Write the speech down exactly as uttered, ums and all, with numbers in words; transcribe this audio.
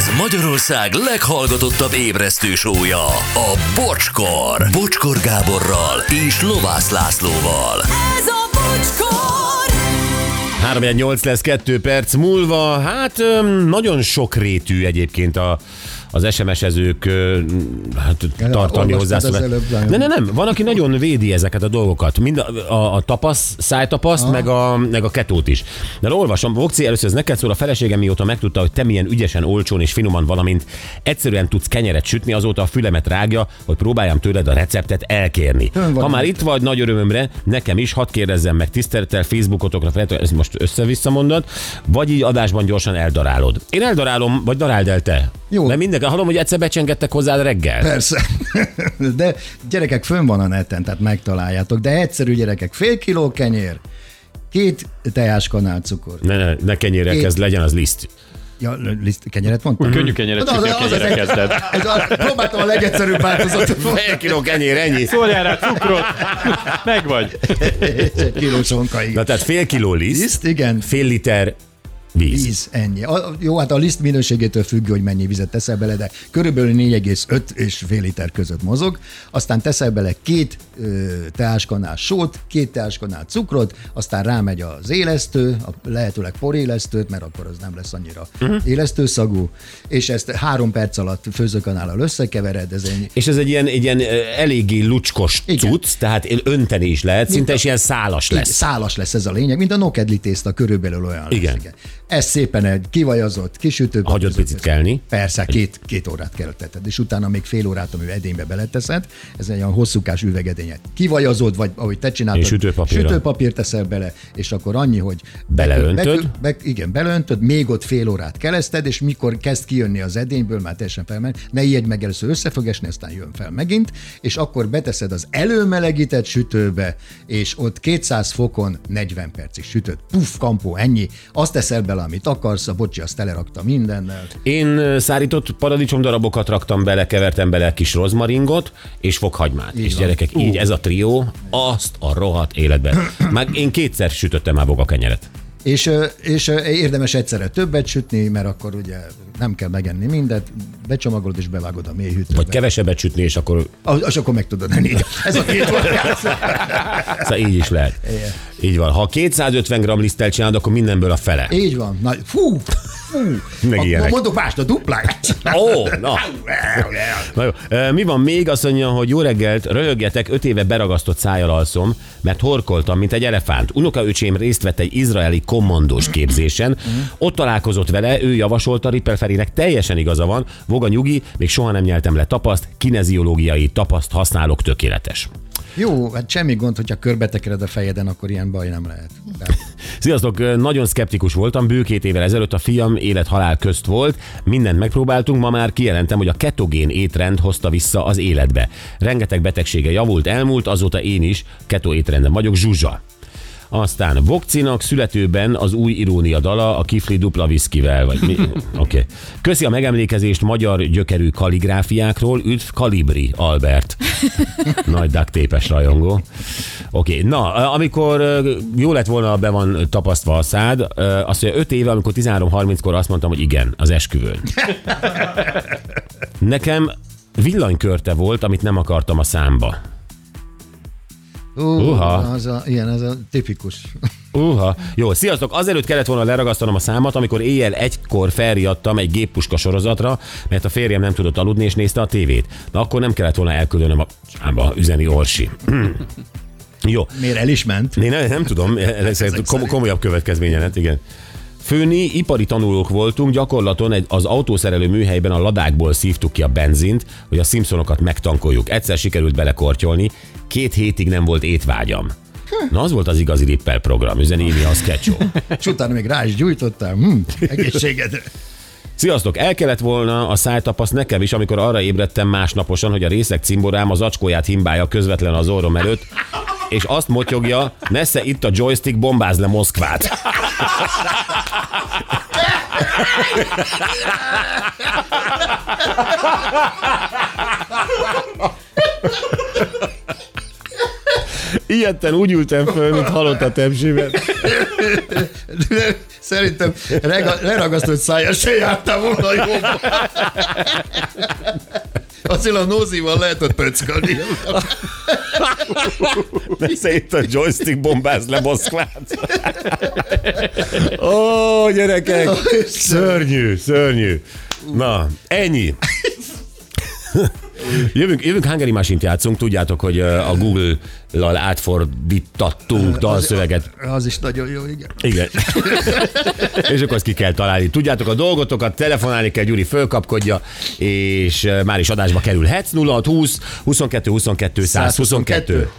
Ez Magyarország leghallgatottabb ébresztő show-ja, a Bocskor. Bocskor Gáborral és Lovász Lászlóval. Ez a Bocskor! három nyolc lesz kettő perc múlva. Hát nagyon sokrétű egyébként a az es em es-ezők hát, tartalmi hozzászólás. Nem, nem, nem. Van, aki nagyon védi ezeket a dolgokat. Mind a, a, a tapasz, szájtapaszt, ah. meg, a, meg a ketót is. De olvasom, Vokci, először ez neked szól, a feleségem mióta megtudta, hogy te milyen ügyesen, olcsón és finoman, valamint egyszerűen tudsz kenyeret sütni, azóta a fülemet rágja, hogy próbáljam tőled a receptet elkérni. Ha már itt vagy, nagy örömömre, nekem is, hadd kérdezzem meg tisztelettel, Facebookotokra fel, ez most össze-vissza mondod, vagy így adásban gyorsan eldarálod. Én eldarálom, vagy daráld el te. Jó. De minden, hallom, hogy egyszer becsengettek hozzád reggel. Persze. De gyerekek, fönn van a neten, tehát megtaláljátok. De egyszerű gyerekek, fél kiló kenyér, két teáskanál cukor. Ne, ne, ne kenyérrel két... kezd, legyen az liszt. Ja, liszt, kenyeret mondtam? Könnyű kenyeret sütni, a kenyére kezded. Próbáltam a legegyszerűbb változatot. Fél kiló kenyér, ennyi. Szóljál rá cukrot, meg vagy. Egy kiló sonka, igen. Na tehát fél kiló liszt, liszt igen. Fél liter víz. Víz, ennyi. A, jó, hát a liszt minőségétől függ, hogy mennyi vizet teszel bele, de körülbelül négy egész öt és fél liter között mozog. Aztán teszel bele két ö, teáskanál sót, két teáskanál cukrot, aztán rámegy az élesztő, a lehetőleg porélesztőt, mert akkor az nem lesz annyira uh-huh. élesztőszagú, és ezt három perc alatt főzőkanállal összekevered. Ez ennyi. És ez egy ilyen, egy ilyen eléggé lucskos cucc, tehát önteni is lehet, szinte is ilyen szálas lesz. Szálas lesz ez a lényeg, mint a nokedli tészta, körülbelül olyan igen. lesz. Igen. Ez szépen egy kivajazott, kisütőpapír. Hagyod picit kelni. Persze, két, két órát keltetted, és utána még fél órát, ami edénybe beleteszed, ez egy olyan hosszúkás üvegedényet. Kivajazod, vagy ahogy te csináltad, sütőpapírra. Sütőpapírt teszel bele, és akkor annyi, hogy beleöntöd. Be, be, igen, beleöntöd, még ott fél órát keleszted, és mikor kezd kijönni az edényből, már teljesen felmegy, ne ijedj meg, először össze fog esni, aztán jön fel megint, és akkor beteszed az előmelegített sütőbe, és ott kétszáz fokon negyven percig sütött. Puff, kampó, ennyi. Azt teszel bele, amit akarsz, a bocsi azt telerakta mindennel. Én szárított paradicsomdarabokat raktam bele, kevertem bele kis rozmaringot, és fokhagymát. Így és van. Gyerekek, uh. így ez a trió, azt a rohadt életben. Már én kétszer sütöttem már bogakenyeret. És, és érdemes egyszerre többet sütni, mert akkor ugye nem kell megenni mindet, becsomagolod és bevágod a mélyhűtőbe. Vagy kevesebbet sütni, és akkor... És akkor meg tudod enni. Ez a két variáció. Szóval így is lehet. Igen. Így van. Ha kétszázötven gramm liszttel csinálod, akkor mindenből a fele. Így van. Na, fú! Fú! A, mondok mást, a dupláját. Ó, na. Na jó. Mi van még? Azt mondja, hogy jó reggelt, röhögjetek, öt éve beragasztott szájjal alszom, mert horkoltam, mint egy elefánt. Unokaöcsém részt vett egy izraeli kommandós képzésen. Ott találkozott vele, ő javasolta, Ripper Ferinek teljesen igaza van, voga nyugi, még soha nem nyeltem le tapaszt, kineziológiai tapaszt használok, tökéletes. Jó, hát semmi gond, hogyha körbetekered a fejeden, akkor ilyen baj nem lehet. De... Sziasztok, nagyon szkeptikus voltam, bő két évvel ezelőtt a fiam élet-halál közt volt, mindent megpróbáltunk, ma már kijelentem, hogy a ketogén étrend hozta vissza az életbe. Rengeteg betegsége javult, elmúlt, azóta én is keto étrenden vagyok, zsuzsa. Aztán Vokcinak születőben az új irónia dala a kifli dupla viszkivel, vagy mi? Oké. Okay. Köszi a megemlékezést magyar gyökerű kaligráfiákról, üdv Kalibri Albert. Nagy duct-tépes rajongó. Oké, okay. Na, amikor jó lett volna, be van tapasztva a szád, azt mondja, öt éve, amikor tizenhárom harminckor azt mondtam, hogy igen, az esküvőn. Nekem villanykörte volt, amit nem akartam a számba. Uh, Uha. Az a, ilyen, ez a tipikus. Uha. Jó, sziasztok! Azelőtt kellett volna leragasztanom a számat, amikor éjjel egykor felriadtam egy géppuska sorozatra, mert a férjem nem tudott aludni és nézte a tévét. Na akkor nem kellett volna elküldönöm a sámba, üzeni Orsi. Jó. Miért el is ment? Én nem, nem tudom, ez kom- komolyabb következménye lett, igen. Főni, ipari tanulók voltunk, gyakorlaton egy, az autószerelő műhelyben a ladákból szívtuk ki a benzint, hogy a Simpsonokat megtankoljuk. Egyszer sikerült belekortyolni, két hétig nem volt étvágyam. Na, az volt az igazi Ripper program, üzeni Imi a sketchó. És utána még rá is gyújtottál, hm, egészségedre. Sziasztok, el kellett volna a szájtapasz nekem is, amikor arra ébredtem másnaposan, hogy a részeg cimborám az acskóját himbálja közvetlen az orrom előtt, és azt motyogja, nesze itt a joystick, bombázd le Moszkvát. Ilyetten úgy ültem föl, mint halott a tepsiben. Szerintem rega- leragasztott szája se jártál volna jobban. Azért a nózival lehet ott pöckölni. Ne szét a joystick bombáz le Moszkvát. Ó, gyerekek, szörnyű, szörnyű. Na, ennyi. Jövünk, jövünk Hungary Machine-t játszunk, tudjátok, hogy a Google-lal átfordítattunk dalszöveget. Az, az is nagyon jó, igen. Igen. És akkor azt ki kell találni. Tudjátok a dolgotokat, telefonálni kell, Gyuri fölkapkodja, és már is adásba kerülhetsz. nulla hat húsz huszonkettő huszonkettő száz huszonkettő.